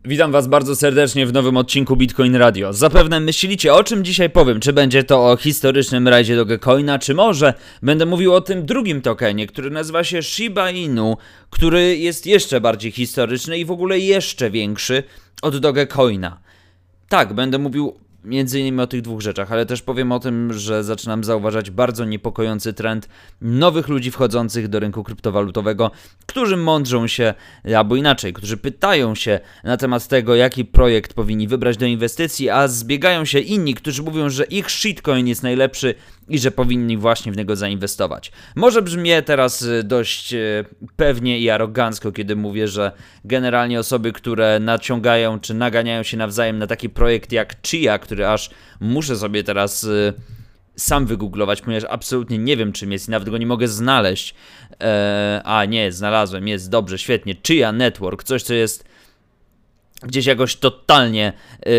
Witam was bardzo serdecznie w nowym odcinku Bitcoin Radio. Zapewne myślicie, o czym dzisiaj powiem. Czy będzie to o historycznym rajdzie Dogecoina, czy może będę mówił o tym drugim tokenie, który nazywa się Shiba Inu, który jest jeszcze bardziej historyczny i w ogóle jeszcze większy od Dogecoina. Tak, będę mówił między innymi o tych dwóch rzeczach, ale też powiem o tym, że zaczynam zauważać bardzo niepokojący trend nowych ludzi wchodzących do rynku kryptowalutowego, którzy mądrzą się, albo inaczej, którzy pytają się na temat tego, jaki projekt powinni wybrać do inwestycji, a zbiegają się inni, którzy mówią, że ich shitcoin jest najlepszy i że powinni właśnie w niego zainwestować. Może brzmię teraz dość pewnie i arogancko, kiedy mówię, że generalnie osoby, które naciągają czy naganiają się nawzajem na taki projekt jak Chia, który aż muszę sobie teraz sam wygooglować, ponieważ absolutnie nie wiem, czym jest i nawet go nie mogę znaleźć. Nie, znalazłem, jest dobrze, świetnie. Chia Network, coś co jest gdzieś jakoś totalnie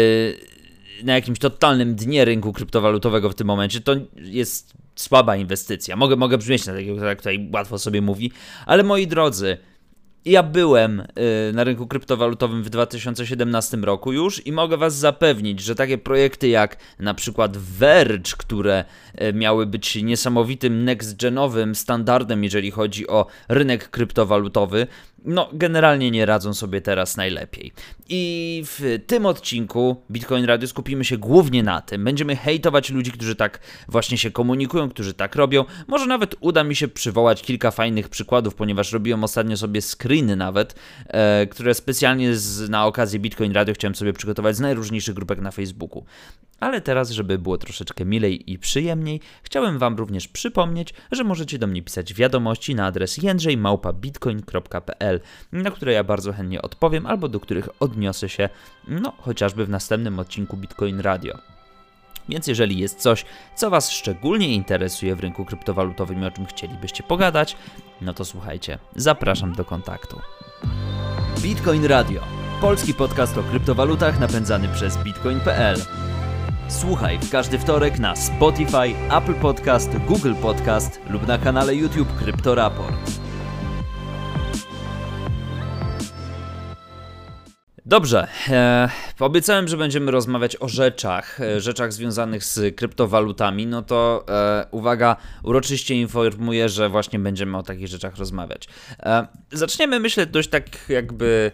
na jakimś totalnym dnie rynku kryptowalutowego w tym momencie. To jest słaba inwestycja. Mogę brzmieć na takiego, jak tutaj łatwo sobie mówi, ale moi drodzy, ja byłem na rynku kryptowalutowym w 2017 roku już i mogę was zapewnić, że takie projekty jak na przykład Verge, które miały być niesamowitym next-genowym standardem, jeżeli chodzi o rynek kryptowalutowy, no generalnie nie radzą sobie teraz najlepiej. I w tym odcinku Bitcoin Radio skupimy się głównie na tym. Będziemy hejtować ludzi, którzy tak właśnie się komunikują, którzy tak robią. Może nawet uda mi się przywołać kilka fajnych przykładów, ponieważ robiłem ostatnio sobie screeny nawet, które specjalnie na okazję Bitcoin Radio chciałem sobie przygotować z najróżniejszych grupek na Facebooku. Ale teraz, żeby było troszeczkę milej i przyjemniej, chciałem wam również przypomnieć, że możecie do mnie pisać wiadomości na adres jędrzejmałpa.bitcoin.pl, na które ja bardzo chętnie odpowiem, albo do których odniosę się, chociażby w następnym odcinku Bitcoin Radio. Więc jeżeli jest coś, co was szczególnie interesuje w rynku kryptowalutowym i o czym chcielibyście pogadać, no to słuchajcie, zapraszam do kontaktu. Bitcoin Radio, polski podcast o kryptowalutach napędzany przez bitcoin.pl. Słuchaj w każdy wtorek na Spotify, Apple Podcast, Google Podcast lub na kanale YouTube Kryptoraport. Dobrze, obiecałem, że będziemy rozmawiać o rzeczach związanych z kryptowalutami, no to uwaga, uroczyście informuję, że właśnie będziemy o takich rzeczach rozmawiać. Zaczniemy, myślę, dość tak jakby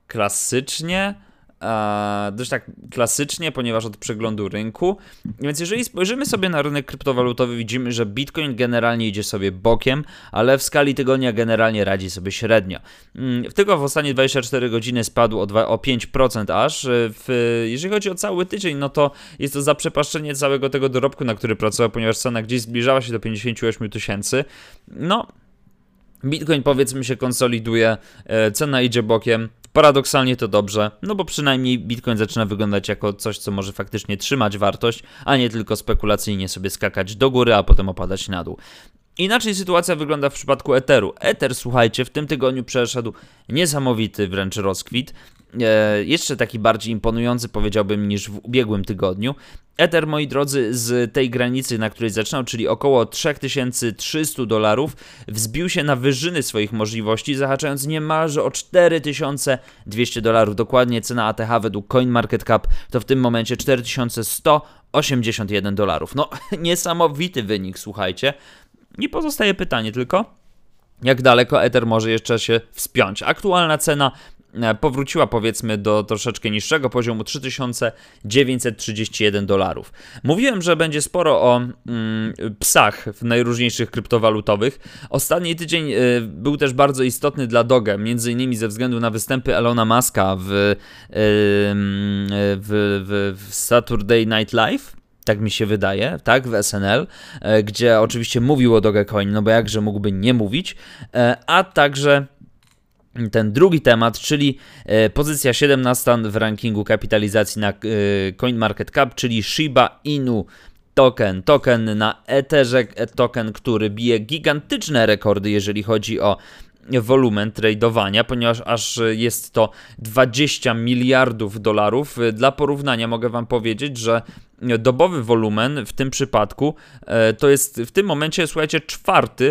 klasycznie, ponieważ od przeglądu rynku. Więc jeżeli spojrzymy sobie na rynek kryptowalutowy, widzimy, że Bitcoin generalnie idzie sobie bokiem, ale w skali tygodnia generalnie radzi sobie średnio. Tylko w ostatnie 24 godziny spadł o 5% aż. Jeżeli chodzi o cały tydzień, no to jest to zaprzepaszczenie całego tego dorobku, na który pracował, ponieważ cena gdzieś zbliżała się do 58 000. No, Bitcoin, powiedzmy, się konsoliduje, cena idzie bokiem. Paradoksalnie to dobrze, no bo przynajmniej Bitcoin zaczyna wyglądać jako coś, co może faktycznie trzymać wartość, a nie tylko spekulacyjnie sobie skakać do góry, a potem opadać na dół. Inaczej sytuacja wygląda w przypadku Etheru. Ether, słuchajcie, w tym tygodniu przeszedł niesamowity wręcz rozkwit. Jeszcze taki bardziej imponujący, powiedziałbym, niż w ubiegłym tygodniu. Ether, moi drodzy, z tej granicy, na której zaczynał, czyli około $3300, wzbił się na wyżyny swoich możliwości, zahaczając niemalże o $4200. Dokładnie cena ATH według CoinMarketCap to w tym momencie $4181. No, niesamowity wynik, słuchajcie. I pozostaje pytanie tylko, jak daleko Ether może jeszcze się wspiąć. Aktualna cena powróciła, powiedzmy, do troszeczkę niższego poziomu $3931. Mówiłem, że będzie sporo o psach w najróżniejszych kryptowalutowych. Ostatni tydzień był też bardzo istotny dla Doge, między innymi ze względu na występy Elona Muska w Saturday Night Live. Tak mi się wydaje, tak, w SNL, gdzie oczywiście mówił o Dogecoin, no bo jakże mógłby nie mówić, a także ten drugi temat, czyli pozycja 17 w rankingu kapitalizacji na CoinMarketCap, czyli Shiba Inu token na Etherze, token, który bije gigantyczne rekordy, jeżeli chodzi o wolumen tradowania, ponieważ aż jest to $20 miliardów. Dla porównania mogę wam powiedzieć, że dobowy wolumen w tym przypadku to jest w tym momencie, słuchajcie, czwarty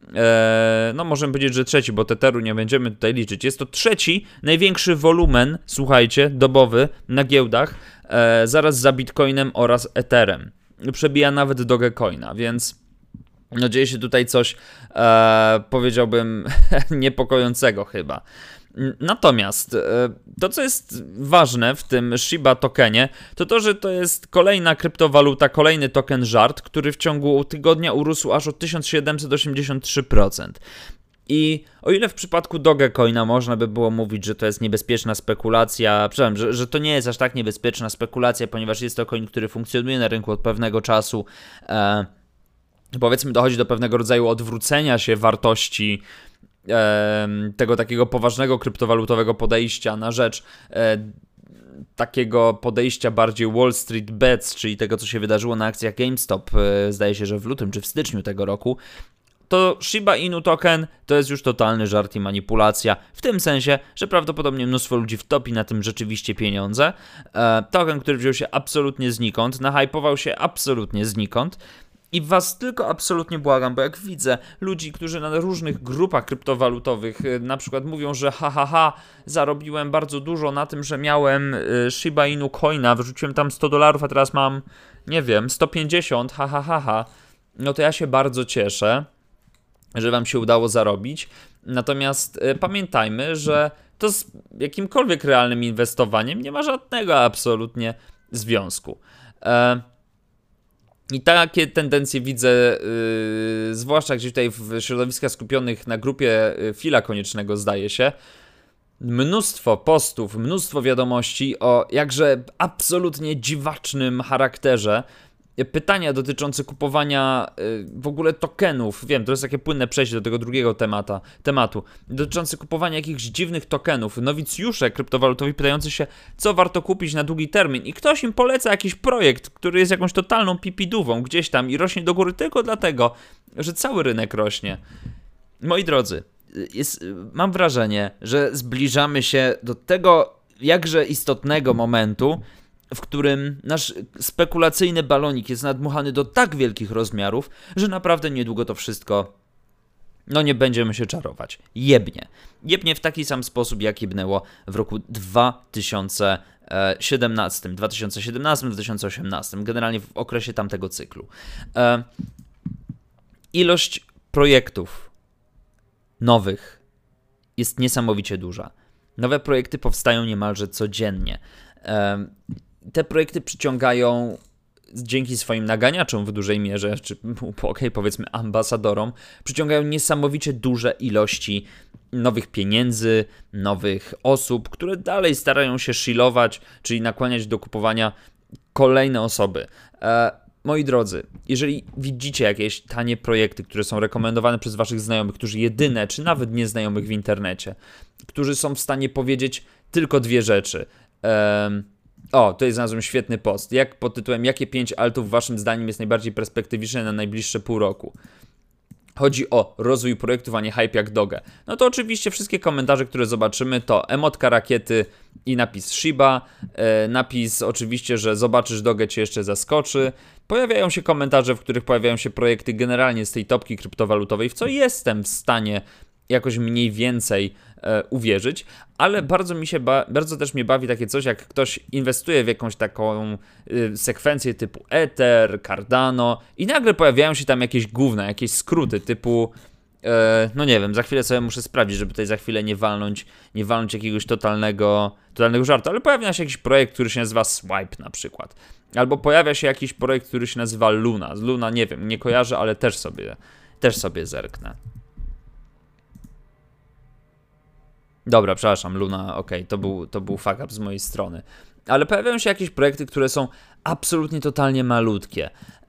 no możemy powiedzieć, że trzeci, bo Tetheru nie będziemy tutaj liczyć. Jest to trzeci największy wolumen, słuchajcie, dobowy na giełdach, zaraz za Bitcoinem oraz Etherem. Przebija nawet Dogecoina, więc no dzieje się tutaj coś, powiedziałbym, niepokojącego chyba. Natomiast to, co jest ważne w tym Shiba tokenie, to to, że to jest kolejna kryptowaluta, kolejny token żart, który w ciągu tygodnia urósł aż o 1783%. I o ile w przypadku Dogecoina można by było mówić, że to jest niebezpieczna spekulacja, przepraszam, że to nie jest aż tak niebezpieczna spekulacja, ponieważ jest to coin, który funkcjonuje na rynku od pewnego czasu, powiedzmy dochodzi do pewnego rodzaju odwrócenia się wartości tego takiego poważnego kryptowalutowego podejścia na rzecz takiego podejścia bardziej Wall Street Bets, czyli tego, co się wydarzyło na akcjach GameStop, zdaje się, że w lutym czy w styczniu tego roku, to Shiba Inu token to jest już totalny żart i manipulacja, w tym sensie, że prawdopodobnie mnóstwo ludzi wtopi na tym rzeczywiście pieniądze. Token, który wziął się absolutnie znikąd, nahypował się absolutnie znikąd. I was tylko absolutnie błagam, bo jak widzę ludzi, którzy na różnych grupach kryptowalutowych na przykład mówią, że zarobiłem bardzo dużo na tym, że miałem Shiba Inu coina, wyrzuciłem tam $100, a teraz mam, nie wiem, 150, no to ja się bardzo cieszę, że wam się udało zarobić. Natomiast pamiętajmy, że to z jakimkolwiek realnym inwestowaniem nie ma żadnego absolutnie związku. I takie tendencje widzę, zwłaszcza gdzieś tutaj w środowiskach skupionych na grupie Fila Koniecznego, zdaje się. Mnóstwo postów, mnóstwo wiadomości o jakże absolutnie dziwacznym charakterze. Pytania dotyczące kupowania w ogóle tokenów, wiem, to jest takie płynne przejście do tego drugiego tematu, dotyczące kupowania jakichś dziwnych tokenów, nowicjusze kryptowalutowi pytający się, co warto kupić na długi termin i ktoś im poleca jakiś projekt, który jest jakąś totalną pipidówą gdzieś tam i rośnie do góry tylko dlatego, że cały rynek rośnie. Moi drodzy, mam wrażenie, że zbliżamy się do tego jakże istotnego momentu, w którym nasz spekulacyjny balonik jest nadmuchany do tak wielkich rozmiarów, że naprawdę niedługo to wszystko, no nie będziemy się czarować. Jebnie. Jebnie w taki sam sposób, jak jebnęło w roku 2017, 2018, generalnie w okresie tamtego cyklu. Ilość projektów nowych jest niesamowicie duża. Nowe projekty powstają niemalże codziennie. Te projekty przyciągają dzięki swoim naganiaczom w dużej mierze, czy powiedzmy ambasadorom, przyciągają niesamowicie duże ilości nowych pieniędzy, nowych osób, które dalej starają się shilować, czyli nakłaniać do kupowania kolejne osoby. Moi drodzy, jeżeli widzicie jakieś tanie projekty, które są rekomendowane przez waszych znajomych, którzy jedyne, czy nawet nieznajomych w internecie, którzy są w stanie powiedzieć tylko dwie rzeczy. Tutaj znalazłem świetny post. Pod tytułem jakie 5 altów waszym zdaniem jest najbardziej perspektywiczne na najbliższe pół roku? Chodzi o rozwój projektów, a nie hype jak Doge. No to oczywiście wszystkie komentarze, które zobaczymy, to emotka rakiety i napis Shiba. Napis oczywiście, że zobaczysz Doge cię jeszcze zaskoczy. Pojawiają się komentarze, w których pojawiają się projekty generalnie z tej topki kryptowalutowej, w co jestem w stanie jakoś mniej więcej uwierzyć, ale bardzo też mnie bawi takie coś, jak ktoś inwestuje w jakąś taką sekwencję typu Ether, Cardano i nagle pojawiają się tam jakieś gówna, jakieś skróty typu no nie wiem, za chwilę sobie muszę sprawdzić, żeby tutaj za chwilę nie walnąć jakiegoś totalnego żartu, ale pojawia się jakiś projekt, który się nazywa Swipe na przykład, albo pojawia się jakiś projekt, który się nazywa Luna. Luna nie wiem, nie kojarzę, ale też sobie zerknę. Dobra, przepraszam, Luna, okej, to był fuck up z mojej strony. Ale pojawiają się jakieś projekty, które są absolutnie totalnie malutkie.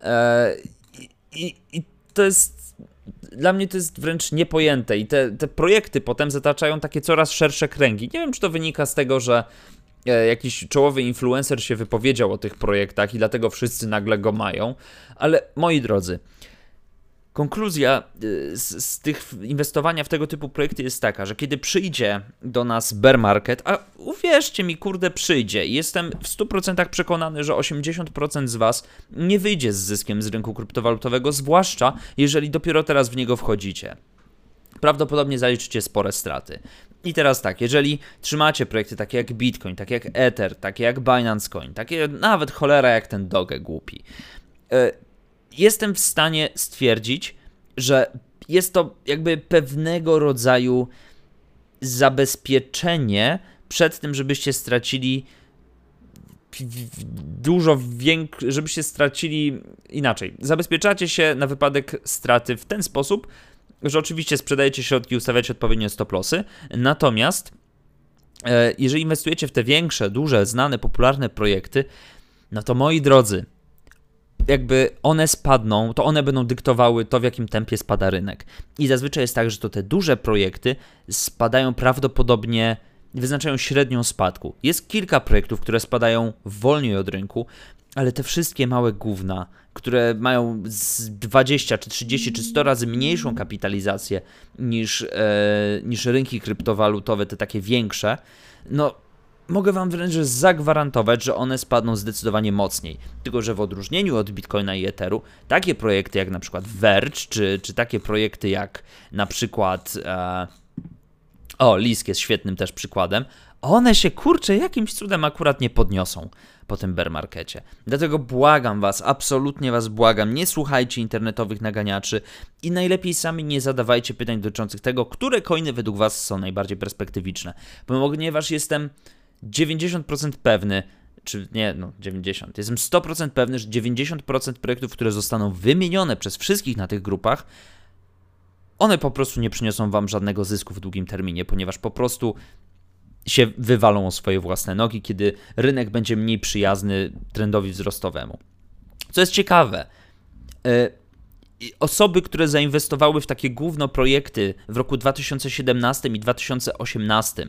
I to jest... Dla mnie to jest wręcz niepojęte i te projekty potem zataczają takie coraz szersze kręgi. Nie wiem, czy to wynika z tego, że jakiś czołowy influencer się wypowiedział o tych projektach i dlatego wszyscy nagle go mają, ale moi drodzy, Konkluzja z tych inwestowania w tego typu projekty jest taka, że kiedy przyjdzie do nas bear market, a uwierzcie mi, kurde, przyjdzie, jestem w 100% przekonany, że 80% z was nie wyjdzie z zyskiem z rynku kryptowalutowego, zwłaszcza jeżeli dopiero teraz w niego wchodzicie. Prawdopodobnie zaliczycie spore straty. I teraz tak, jeżeli trzymacie projekty takie jak Bitcoin, takie jak Ether, takie jak Binance Coin, takie nawet cholera jak ten Doge głupi, jestem w stanie stwierdzić, że jest to jakby pewnego rodzaju zabezpieczenie przed tym, żebyście stracili żebyście stracili inaczej. Zabezpieczacie się na wypadek straty w ten sposób, że oczywiście sprzedajecie środki, ustawiacie odpowiednio stop lossy, natomiast jeżeli inwestujecie w te większe, duże, znane, popularne projekty, no to moi drodzy, jakby one spadną, to one będą dyktowały to, w jakim tempie spada rynek. I zazwyczaj jest tak, że to te duże projekty spadają prawdopodobnie, wyznaczają średnią spadku. Jest kilka projektów, które spadają wolniej od rynku, ale te wszystkie małe gówna, które mają z 20, czy 30, czy 100 razy mniejszą kapitalizację niż rynki kryptowalutowe, te takie większe, no mogę wam wręcz zagwarantować, że one spadną zdecydowanie mocniej. Tylko że w odróżnieniu od Bitcoina i Etheru, takie projekty jak na przykład Verge, czy takie projekty jak na przykład Lisk jest świetnym też przykładem, one się, kurczę, jakimś cudem akurat nie podniosą po tym bear markecie. Dlatego błagam was, absolutnie was błagam, nie słuchajcie internetowych naganiaczy i najlepiej sami nie zadawajcie pytań dotyczących tego, które coiny według was są najbardziej perspektywiczne. Ponieważ jestem 90% pewny, czy nie, no 90, jestem 100% pewny, że 90% projektów, które zostaną wymienione przez wszystkich na tych grupach, one po prostu nie przyniosą wam żadnego zysku w długim terminie, ponieważ po prostu się wywalą o swoje własne nogi, kiedy rynek będzie mniej przyjazny trendowi wzrostowemu. Co jest ciekawe, osoby, które zainwestowały w takie gówno projekty w roku 2017 i 2018,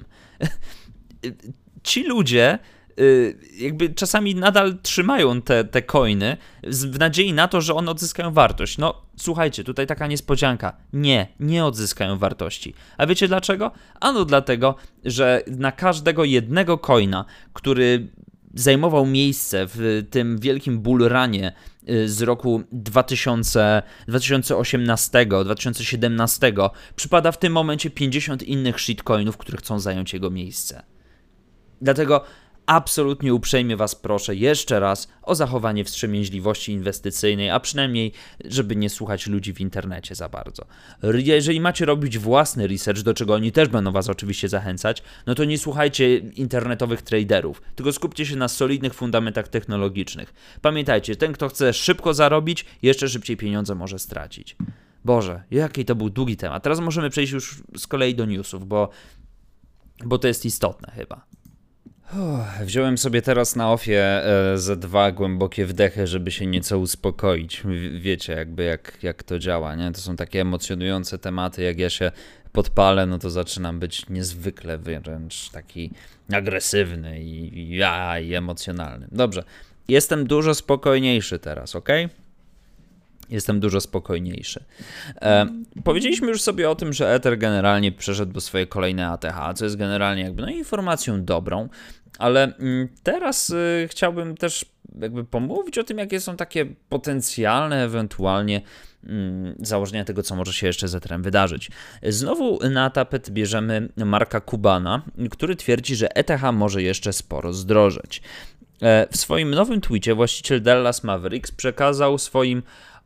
ci ludzie jakby czasami nadal trzymają te coiny w nadziei na to, że one odzyskają wartość. No słuchajcie, tutaj taka niespodzianka. Nie odzyskają wartości. A wiecie dlaczego? Ano dlatego, że na każdego jednego coina, który zajmował miejsce w tym wielkim bullrunie z roku 2018, 2017, przypada w tym momencie 50 innych shitcoinów, które chcą zająć jego miejsce. Dlatego absolutnie uprzejmie was proszę jeszcze raz o zachowanie wstrzemięźliwości inwestycyjnej, a przynajmniej, żeby nie słuchać ludzi w internecie za bardzo. Jeżeli macie robić własny research, do czego oni też będą was oczywiście zachęcać, no to nie słuchajcie internetowych traderów, tylko skupcie się na solidnych fundamentach technologicznych. Pamiętajcie, ten, kto chce szybko zarobić, jeszcze szybciej pieniądze może stracić. Boże, jaki to był długi temat. Teraz możemy przejść już z kolei do newsów, bo to jest istotne chyba. Wziąłem sobie teraz na ofie ze 2 głębokie wdechy, żeby się nieco uspokoić. Wiecie jakby jak to działa, nie? To są takie emocjonujące tematy, jak ja się podpalę, no to zaczynam być niezwykle wręcz taki agresywny i emocjonalny. Dobrze, jestem dużo spokojniejszy teraz, okej? Jestem dużo spokojniejszy. Powiedzieliśmy już sobie o tym, że Ether generalnie przeszedł do swojej kolejnej ATH, co jest generalnie jakby informacją dobrą, ale teraz chciałbym też jakby pomówić o tym, jakie są takie potencjalne ewentualnie założenia tego, co może się jeszcze z Etherem wydarzyć. Znowu na tapet bierzemy Marka Cubana, który twierdzi, że ETH może jeszcze sporo zdrożeć. W swoim nowym tweetie właściciel Dallas Mavericks przekazał swoim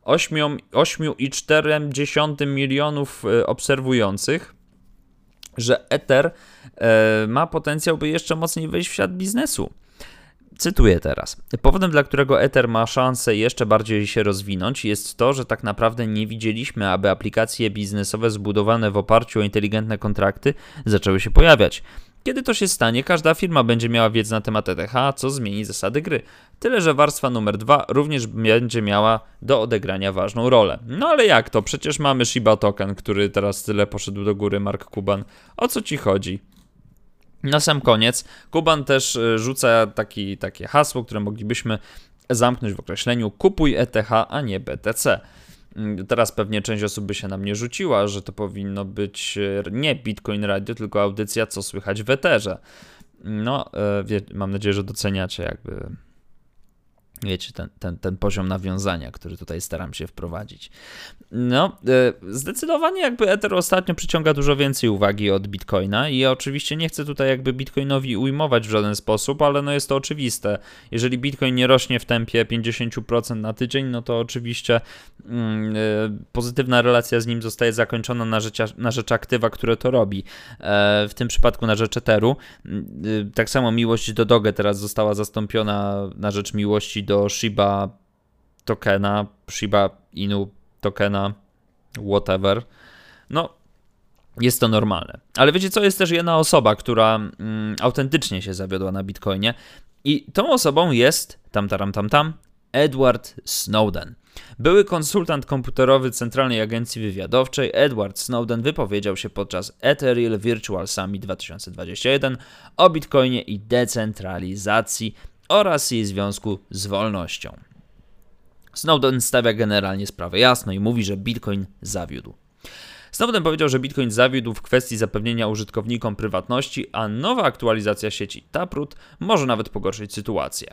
8,4 milionów obserwujących, że Ether ma potencjał, by jeszcze mocniej wejść w świat biznesu. Cytuję teraz. Powodem, dla którego Ether ma szansę jeszcze bardziej się rozwinąć, jest to, że tak naprawdę nie widzieliśmy, aby aplikacje biznesowe zbudowane w oparciu o inteligentne kontrakty zaczęły się pojawiać. Kiedy to się stanie, każda firma będzie miała wiedzę na temat ETH, co zmieni zasady gry. Tyle, że warstwa numer 2 również będzie miała do odegrania ważną rolę. No ale jak to? Przecież mamy Shiba Token, który teraz tyle poszedł do góry, Mark Cuban. O co ci chodzi? Na sam koniec, Cuban też rzuca takie hasło, które moglibyśmy zamknąć w określeniu kupuj ETH, a nie BTC. Teraz pewnie część osób by się na mnie rzuciła, że to powinno być nie Bitcoin Radio, tylko audycja Co słychać w eterze. No, mam nadzieję, że doceniacie jakby, wiecie, ten poziom nawiązania, który tutaj staram się wprowadzić. No, zdecydowanie jakby Ether ostatnio przyciąga dużo więcej uwagi od Bitcoina i ja oczywiście nie chcę tutaj jakby Bitcoinowi ujmować w żaden sposób, ale no jest to oczywiste. Jeżeli Bitcoin nie rośnie w tempie 50% na tydzień, no to oczywiście pozytywna relacja z nim zostaje zakończona na rzecz aktywa, które to robi. W tym przypadku na rzecz Etheru. Tak samo miłość do Doge teraz została zastąpiona na rzecz miłości do Shiba tokena, Shiba Inu tokena, whatever. No, jest to normalne. Ale wiecie co, jest też jedna osoba, która autentycznie się zawiodła na Bitcoinie i tą osobą jest, Edward Snowden. Były konsultant komputerowy Centralnej Agencji Wywiadowczej Edward Snowden wypowiedział się podczas Ethereal Virtual Summit 2021 o Bitcoinie i decentralizacji oraz jej związku z wolnością. Snowden stawia generalnie sprawę jasno i mówi, że Bitcoin zawiódł. Snowden powiedział, że Bitcoin zawiódł w kwestii zapewnienia użytkownikom prywatności, a nowa aktualizacja sieci Taproot może nawet pogorszyć sytuację.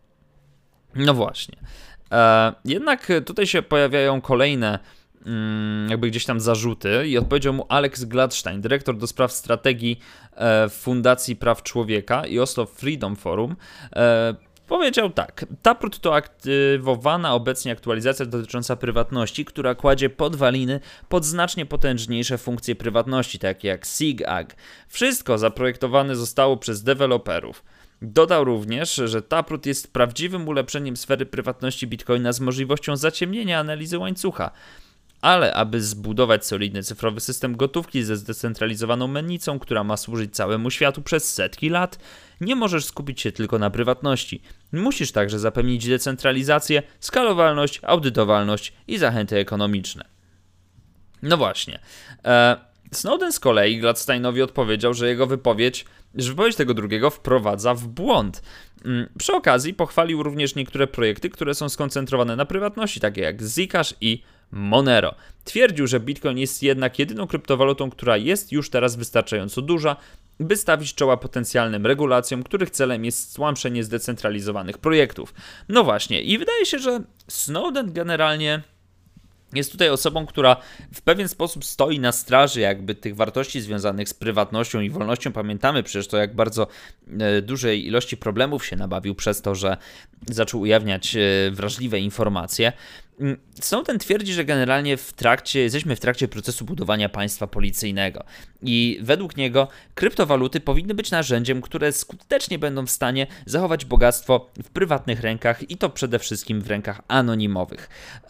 No właśnie. Jednak tutaj się pojawiają kolejne jakby gdzieś tam zarzuty i odpowiedział mu Alex Gladstein, dyrektor do spraw strategii Fundacji Praw Człowieka i Oslo Freedom Forum. Powiedział tak, Taproot to aktywowana obecnie aktualizacja dotycząca prywatności, która kładzie podwaliny pod znacznie potężniejsze funkcje prywatności, takie jak SIG-AG. Wszystko zaprojektowane zostało przez deweloperów. Dodał również, że Taproot jest prawdziwym ulepszeniem sfery prywatności Bitcoina z możliwością zaciemnienia analizy łańcucha. Ale aby zbudować solidny cyfrowy system gotówki ze zdecentralizowaną mennicą, która ma służyć całemu światu przez setki lat, nie możesz skupić się tylko na prywatności. Musisz także zapewnić decentralizację, skalowalność, audytowalność i zachęty ekonomiczne. No właśnie. Snowden z kolei Gladsteinowi odpowiedział, że wypowiedź tego drugiego wprowadza w błąd. Przy okazji pochwalił również niektóre projekty, które są skoncentrowane na prywatności, takie jak Zcash i Monero. Twierdził, że Bitcoin jest jednak jedyną kryptowalutą, która jest już teraz wystarczająco duża, by stawić czoła potencjalnym regulacjom, których celem jest stłamszenie zdecentralizowanych projektów. No właśnie, i wydaje się, że Snowden generalnie jest tutaj osobą, która w pewien sposób stoi na straży jakby tych wartości związanych z prywatnością i wolnością. Pamiętamy przecież to, jak bardzo dużej ilości problemów się nabawił przez to, że zaczął ujawniać wrażliwe informacje. Snowden twierdzi, że generalnie jesteśmy w trakcie procesu budowania państwa policyjnego i według niego kryptowaluty powinny być narzędziem, które skutecznie będą w stanie zachować bogactwo w prywatnych rękach i to przede wszystkim w rękach anonimowych.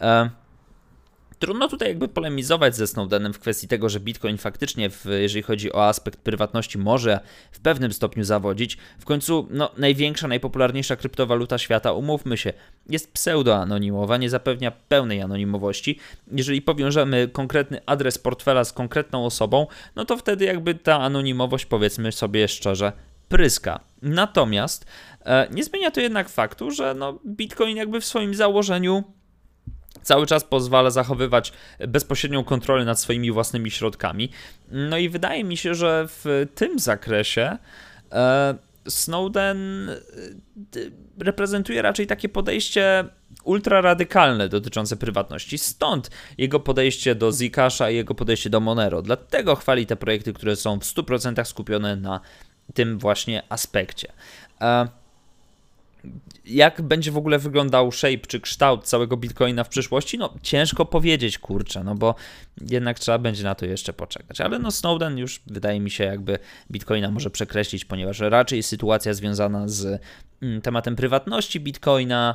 Trudno tutaj jakby polemizować ze Snowdenem w kwestii tego, że Bitcoin faktycznie, jeżeli chodzi o aspekt prywatności, może w pewnym stopniu zawodzić. W końcu największa, najpopularniejsza kryptowaluta świata, umówmy się, jest pseudoanonimowa, nie zapewnia pełnej anonimowości. Jeżeli powiążemy konkretny adres portfela z konkretną osobą, no to wtedy jakby ta anonimowość, powiedzmy sobie szczerze, pryska. Natomiast nie zmienia to jednak faktu, że Bitcoin jakby w swoim założeniu cały czas pozwala zachowywać bezpośrednią kontrolę nad swoimi własnymi środkami. No i wydaje mi się, że w tym zakresie Snowden reprezentuje raczej takie podejście ultraradykalne dotyczące prywatności. Stąd jego podejście do Zcasha i jego podejście do Monero. Dlatego chwali te projekty, które są w 100% skupione na tym właśnie aspekcie. Jak będzie w ogóle wyglądał shape czy kształt całego Bitcoina w przyszłości? Ciężko powiedzieć, kurczę, bo jednak trzeba będzie na to jeszcze poczekać. Ale Snowden już, wydaje mi się, jakby Bitcoina może przekreślić, ponieważ raczej sytuacja związana z tematem prywatności Bitcoina,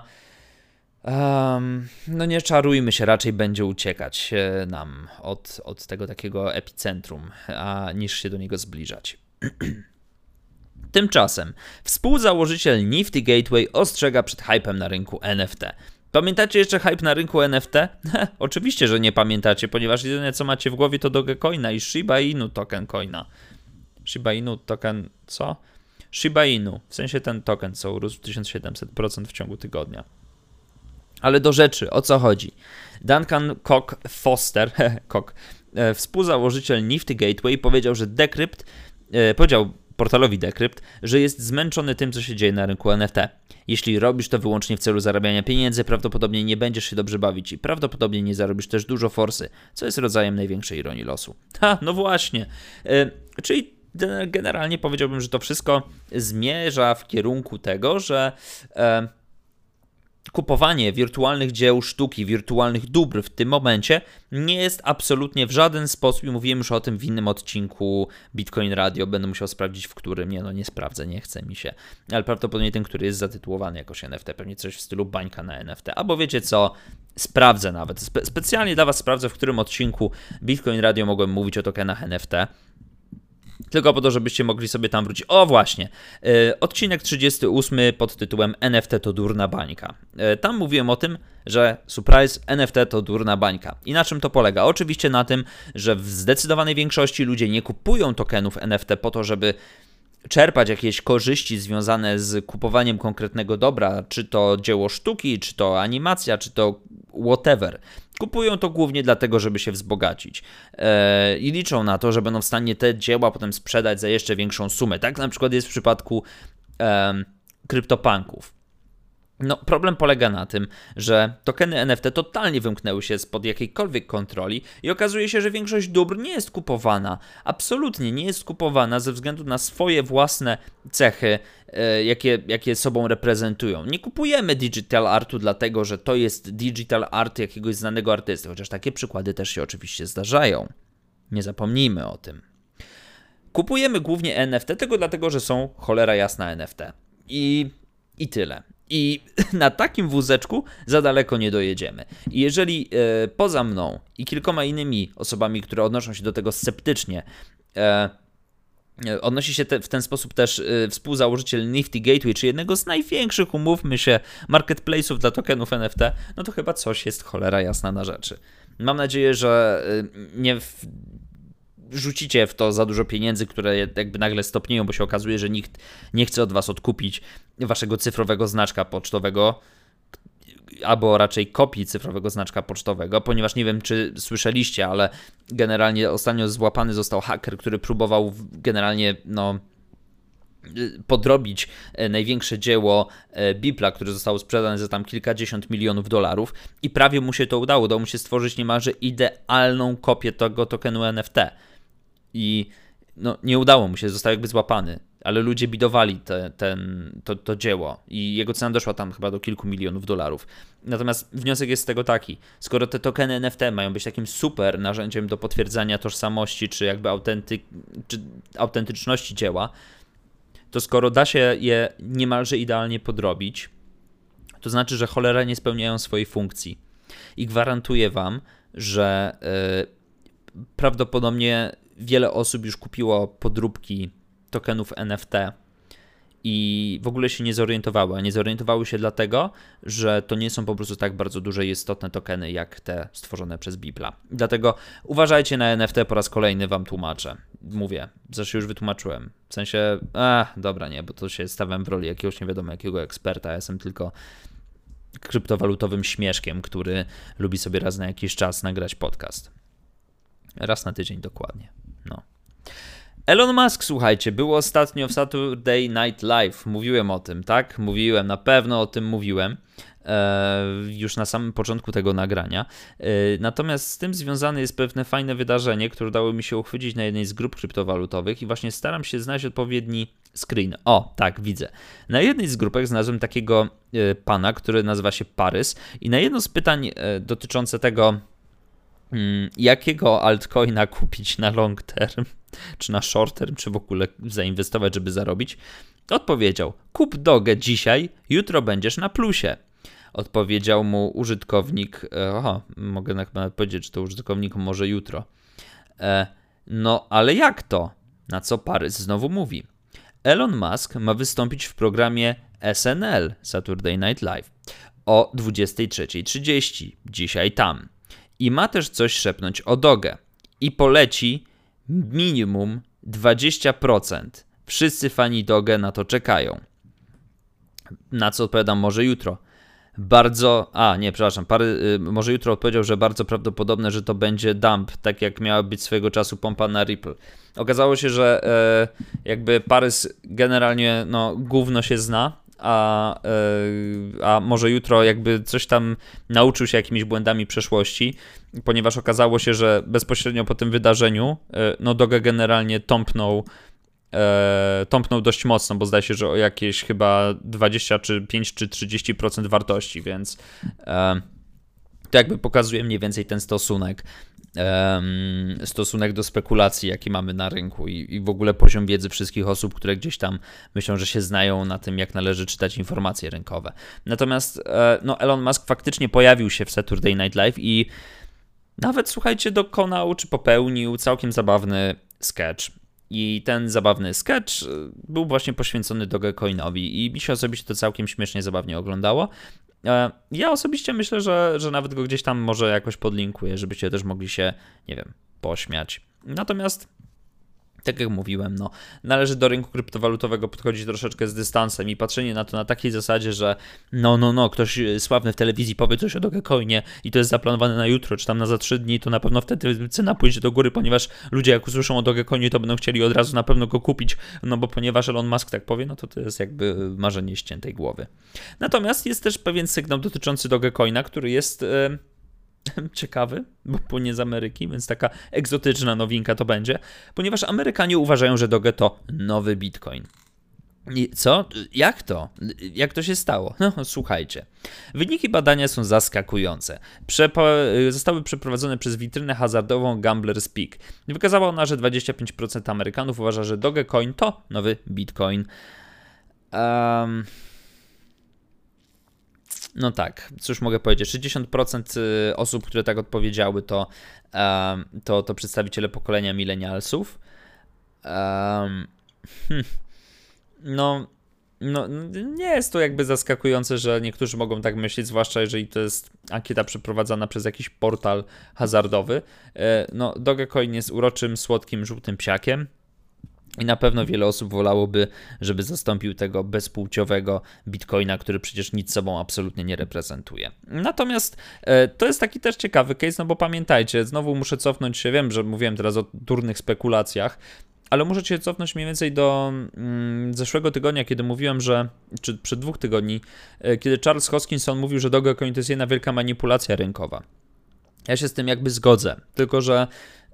nie czarujmy się, raczej będzie uciekać nam od tego takiego epicentrum, niż się do niego zbliżać. Tymczasem współzałożyciel Nifty Gateway ostrzega przed hypem na rynku NFT. Pamiętacie jeszcze hype na rynku NFT? Oczywiście, że nie pamiętacie, ponieważ jedyne co macie w głowie to Dogecoina i Shiba Inu token coina. Shiba Inu token co? Shiba Inu, w sensie ten token, co urósł 1700% w ciągu tygodnia. Ale do rzeczy, o co chodzi? Duncan Foster, współzałożyciel Nifty Gateway, powiedział, że powiedział portalowi Decrypt, że jest zmęczony tym, co się dzieje na rynku NFT. Jeśli robisz to wyłącznie w celu zarabiania pieniędzy, prawdopodobnie nie będziesz się dobrze bawić i prawdopodobnie nie zarobisz też dużo forsy, co jest rodzajem największej ironii losu. No właśnie. Czyli generalnie powiedziałbym, że to wszystko zmierza w kierunku tego, że kupowanie wirtualnych dzieł sztuki, wirtualnych dóbr w tym momencie nie jest absolutnie w żaden sposób, i mówiłem już o tym w innym odcinku Bitcoin Radio, będę musiał sprawdzić w którym, nie sprawdzę, nie chce mi się, ale prawdopodobnie ten, który jest zatytułowany jakoś NFT, pewnie coś w stylu bańka na NFT, albo wiecie co, sprawdzę nawet, specjalnie dla was sprawdzę, w którym odcinku Bitcoin Radio mogłem mówić o tokenach NFT, tylko po to, żebyście mogli sobie tam wrócić. O właśnie, odcinek 38 pod tytułem NFT to durna bańka. Tam mówiłem o tym, że surprise, NFT to durna bańka. I na czym to polega? Oczywiście na tym, że w zdecydowanej większości ludzie nie kupują tokenów NFT po to, żeby czerpać jakieś korzyści związane z kupowaniem konkretnego dobra, czy to dzieło sztuki, czy to animacja, czy to whatever. Kupują to głównie dlatego, żeby się wzbogacić i liczą na to, że będą w stanie te dzieła potem sprzedać za jeszcze większą sumę. Tak na przykład jest w przypadku kryptopunków. No, problem polega na tym, że tokeny NFT totalnie wymknęły się spod jakiejkolwiek kontroli i okazuje się, że większość dóbr nie jest kupowana. Absolutnie nie jest kupowana ze względu na swoje własne cechy, jakie sobą reprezentują. Nie kupujemy digital artu dlatego, że to jest digital art jakiegoś znanego artysty, chociaż takie przykłady też się oczywiście zdarzają. Nie zapomnijmy o tym. Kupujemy głównie NFT tylko dlatego, że są cholera jasna NFT. I tyle. I na takim wózeczku za daleko nie dojedziemy. I jeżeli poza mną i kilkoma innymi osobami, które odnoszą się do tego sceptycznie, odnosi się w ten sposób też współzałożyciel Nifty Gateway, czy jednego z największych, umówmy się, marketplace'ów dla tokenów NFT, no to chyba coś jest cholera jasna na rzeczy. Mam nadzieję, że nie rzucicie w to za dużo pieniędzy, które jakby nagle stopnieją, bo się okazuje, że nikt nie chce od was odkupić waszego cyfrowego znaczka pocztowego, albo raczej kopii cyfrowego znaczka pocztowego, ponieważ nie wiem, czy słyszeliście, ale generalnie ostatnio złapany został haker, który próbował generalnie podrobić największe dzieło Beepla, które zostało sprzedane za tam kilkadziesiąt milionów dolarów i prawie mu się to udało. Udało mu się stworzyć niemalże idealną kopię tego tokenu NFT. I nie udało mu się, został jakby złapany, ale ludzie bidowali to dzieło i jego cena doszła tam chyba do kilku milionów dolarów. Natomiast wniosek jest z tego taki, skoro te tokeny NFT mają być takim super narzędziem do potwierdzania tożsamości czy jakby autentyczności dzieła, to skoro da się je niemalże idealnie podrobić, to znaczy, że cholera nie spełniają swojej funkcji. I gwarantuję wam, że prawdopodobnie wiele osób już kupiło podróbki tokenów NFT i w ogóle się nie zorientowały. A nie zorientowały się dlatego, że to nie są po prostu tak bardzo duże i istotne tokeny, jak te stworzone przez Beepla. Dlatego uważajcie na NFT, po raz kolejny wam tłumaczę. Mówię, zresztą już wytłumaczyłem. W sensie, dobra, nie, bo to się stawiam w roli jakiegoś nie wiadomo jakiego eksperta. Ja jestem tylko kryptowalutowym śmieszkiem, który lubi sobie raz na jakiś czas nagrać podcast. Raz na tydzień dokładnie. Elon Musk, słuchajcie, był ostatnio w Saturday Night Live. Mówiłem o tym, tak? Mówiłem, na pewno o tym mówiłem. Już na samym początku tego nagrania. Natomiast z tym związane jest pewne fajne wydarzenie, które udało mi się uchwycić na jednej z grup kryptowalutowych i właśnie staram się znaleźć odpowiedni screen. O, tak, widzę. Na jednej z grupek znalazłem takiego pana, który nazywa się Parys i na jedno z pytań dotyczące tego, jakiego altcoina kupić na long term, czy na short term, czy w ogóle zainwestować, żeby zarobić, odpowiedział: kup Dogę dzisiaj, jutro będziesz na plusie. Odpowiedział mu użytkownik, mogę chyba nawet powiedzieć, że to użytkownik może jutro. No ale jak to? Na co Parys znowu mówi: Elon Musk ma wystąpić w programie SNL, Saturday Night Live, o 23:30, dzisiaj tam. I ma też coś szepnąć o Dogę. I poleci minimum 20%. Wszyscy fani Dogę na to czekają. Na co odpowiadam: może jutro. może jutro odpowiedział, że bardzo prawdopodobne, że to będzie dump, tak jak miała być swojego czasu pompa na Ripple. Okazało się, że jakby Parys generalnie gówno się zna, a może jutro jakby coś tam nauczył się jakimiś błędami przeszłości, ponieważ okazało się, że bezpośrednio po tym wydarzeniu Doge generalnie tąpnął dość mocno, bo zdaje się, że o jakieś chyba 25 czy 30% wartości, więc to jakby pokazuje mniej więcej ten stosunek do spekulacji, jaki mamy na rynku i w ogóle poziom wiedzy wszystkich osób, które gdzieś tam myślą, że się znają na tym, jak należy czytać informacje rynkowe. Natomiast Elon Musk faktycznie pojawił się w Saturday Night Live i nawet, słuchajcie, dokonał czy popełnił całkiem zabawny sketch. I ten zabawny sketch był właśnie poświęcony Dogecoinowi i mi się osobiście to całkiem śmiesznie, zabawnie oglądało. Ja osobiście myślę, że nawet go gdzieś tam może jakoś podlinkuję, żebyście też mogli się, nie wiem, pośmiać. Natomiast, tak jak mówiłem, należy do rynku kryptowalutowego podchodzić troszeczkę z dystansem i patrzenie na to na takiej zasadzie, że ktoś sławny w telewizji powie coś o Dogecoinie i to jest zaplanowane na jutro, czy tam na za 3 dni, to na pewno wtedy cena pójdzie do góry, ponieważ ludzie jak usłyszą o Dogecoinie, to będą chcieli od razu na pewno go kupić, bo ponieważ Elon Musk tak powie, to jest jakby marzenie ściętej głowy. Natomiast jest też pewien sygnał dotyczący Dogecoina, który jest ciekawy, bo płynie z Ameryki, więc taka egzotyczna nowinka to będzie, ponieważ Amerykanie uważają, że Doge to nowy Bitcoin. I co? Jak to? Jak to się stało? Słuchajcie. Wyniki badania są zaskakujące. Zostały przeprowadzone przez witrynę hazardową Gambler's Peak. Wykazała ona, że 25% Amerykanów uważa, że Dogecoin to nowy Bitcoin. No tak, cóż mogę powiedzieć, 60% osób, które tak odpowiedziały, to przedstawiciele pokolenia millennialsów. Nie jest to jakby zaskakujące, że niektórzy mogą tak myśleć, zwłaszcza jeżeli to jest ankieta przeprowadzana przez jakiś portal hazardowy. Dogecoin jest uroczym, słodkim, żółtym psiakiem. I na pewno wiele osób wolałoby, żeby zastąpił tego bezpłciowego Bitcoina, który przecież nic sobą absolutnie nie reprezentuje. Natomiast to jest taki też ciekawy case, bo pamiętajcie, znowu muszę cofnąć się, wiem, że mówiłem teraz o durnych spekulacjach, ale muszę się cofnąć mniej więcej do zeszłego tygodnia, kiedy mówiłem, czy przed 2 tygodni, kiedy Charles Hoskinson mówił, że Dogecoin to jest jedna wielka manipulacja rynkowa. Ja się z tym jakby zgodzę, tylko że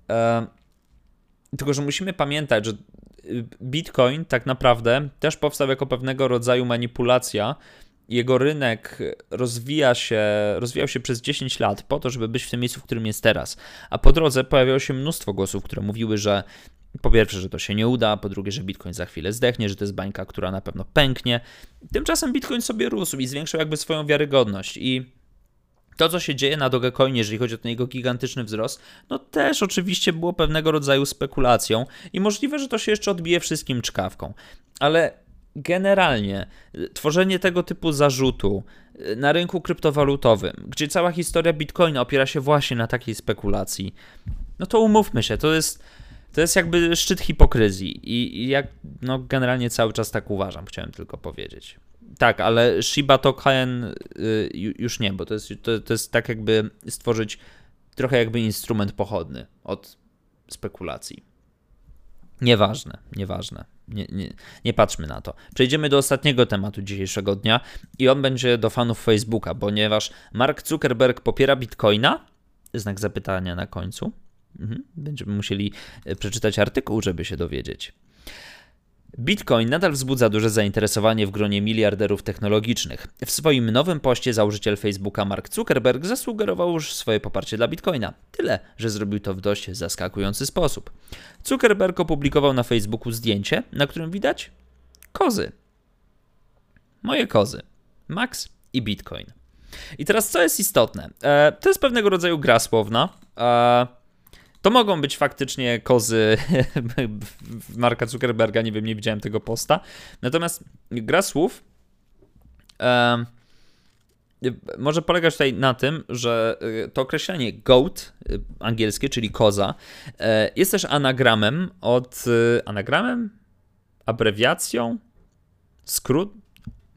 musimy pamiętać, że Bitcoin tak naprawdę też powstał jako pewnego rodzaju manipulacja. Jego rynek rozwijał się przez 10 lat po to, żeby być w tym miejscu, w którym jest teraz. A po drodze pojawiało się mnóstwo głosów, które mówiły, że po pierwsze, że to się nie uda, po drugie, że Bitcoin za chwilę zdechnie, że to jest bańka, która na pewno pęknie. Tymczasem Bitcoin sobie rósł i zwiększał jakby swoją wiarygodność i to, co się dzieje na Dogecoinie, jeżeli chodzi o ten jego gigantyczny wzrost, też oczywiście było pewnego rodzaju spekulacją i możliwe, że to się jeszcze odbije wszystkim czkawką. Ale generalnie tworzenie tego typu zarzutu na rynku kryptowalutowym, gdzie cała historia Bitcoina opiera się właśnie na takiej spekulacji, to umówmy się, to jest jakby szczyt hipokryzji i jak generalnie cały czas tak uważam, chciałem tylko powiedzieć. Tak, ale Shiba Token już nie, bo to jest tak jakby stworzyć trochę jakby instrument pochodny od spekulacji. Nieważne. Nie patrzmy na to. Przejdziemy do ostatniego tematu dzisiejszego dnia i on będzie do fanów Facebooka, ponieważ Mark Zuckerberg popiera Bitcoina? Znak zapytania na końcu. Będziemy musieli przeczytać artykuł, żeby się dowiedzieć. Bitcoin nadal wzbudza duże zainteresowanie w gronie miliarderów technologicznych. W swoim nowym poście założyciel Facebooka Mark Zuckerberg zasugerował już swoje poparcie dla Bitcoina. Tyle, że zrobił to w dość zaskakujący sposób. Zuckerberg opublikował na Facebooku zdjęcie, na którym widać kozy. Moje kozy. Max i Bitcoin. I teraz co jest istotne? To jest pewnego rodzaju gra słowna. To mogą być faktycznie kozy Marka Zuckerberga, nie wiem, nie widziałem tego posta. Natomiast gra słów może polegać tutaj na tym, że to określenie goat, angielskie, czyli koza, jest też anagramem abrewiacją, skrót.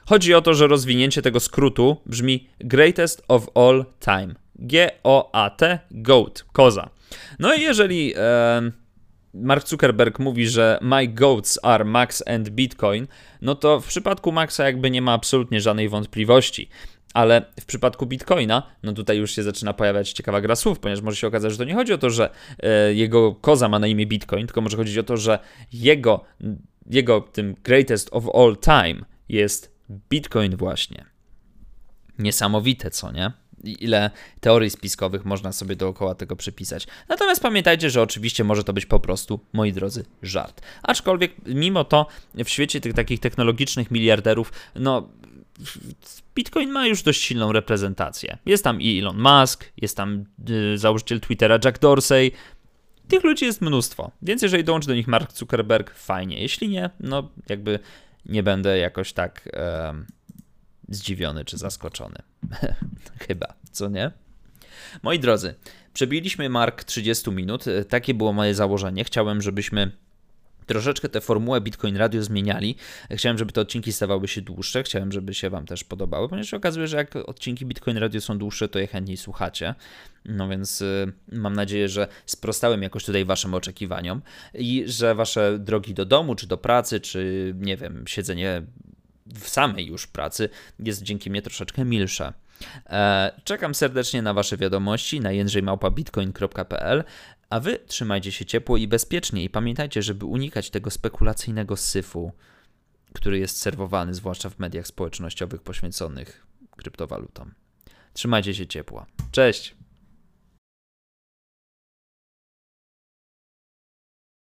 Chodzi o to, że rozwinięcie tego skrótu brzmi Greatest of All Time. G-O-A-T, GOAT, koza. No i jeżeli Mark Zuckerberg mówi, że my goats are Max and Bitcoin, no to w przypadku Maxa jakby nie ma absolutnie żadnej wątpliwości. Ale w przypadku Bitcoina, no tutaj już się zaczyna pojawiać ciekawa gra słów, ponieważ może się okazać, że to nie chodzi o to, że jego koza ma na imię Bitcoin, tylko może chodzić o to, że jego tym greatest of all time jest Bitcoin właśnie. Niesamowite, co nie? Ile teorii spiskowych można sobie dookoła tego przypisać. Natomiast pamiętajcie, że oczywiście może to być po prostu, moi drodzy, żart. Aczkolwiek mimo to w świecie tych takich technologicznych miliarderów, no Bitcoin ma już dość silną reprezentację. Jest tam i Elon Musk, jest tam założyciel Twittera Jack Dorsey. Tych ludzi jest mnóstwo, więc jeżeli dołączy do nich Mark Zuckerberg, fajnie. Jeśli nie, no jakby nie będę jakoś tak zdziwiony czy zaskoczony. Chyba, co nie? Moi drodzy, przebiliśmy mark 30 minut. Takie było moje założenie. Chciałem, żebyśmy troszeczkę tę formułę Bitcoin Radio zmieniali. Chciałem, żeby te odcinki stawały się dłuższe. Chciałem, żeby się wam też podobały, ponieważ się okazuje, że jak odcinki Bitcoin Radio są dłuższe, to je chętniej słuchacie. No więc mam nadzieję, że sprostałem jakoś tutaj waszym oczekiwaniom i że wasze drogi do domu, czy do pracy, czy nie wiem, siedzenie w samej już pracy jest dzięki mnie troszeczkę milsze. Czekam serdecznie na wasze wiadomości na jędrzejmałpa.bitcoin.pl, a wy trzymajcie się ciepło i bezpiecznie i pamiętajcie, żeby unikać tego spekulacyjnego syfu, który jest serwowany zwłaszcza w mediach społecznościowych poświęconych kryptowalutom. Trzymajcie się ciepło. Cześć!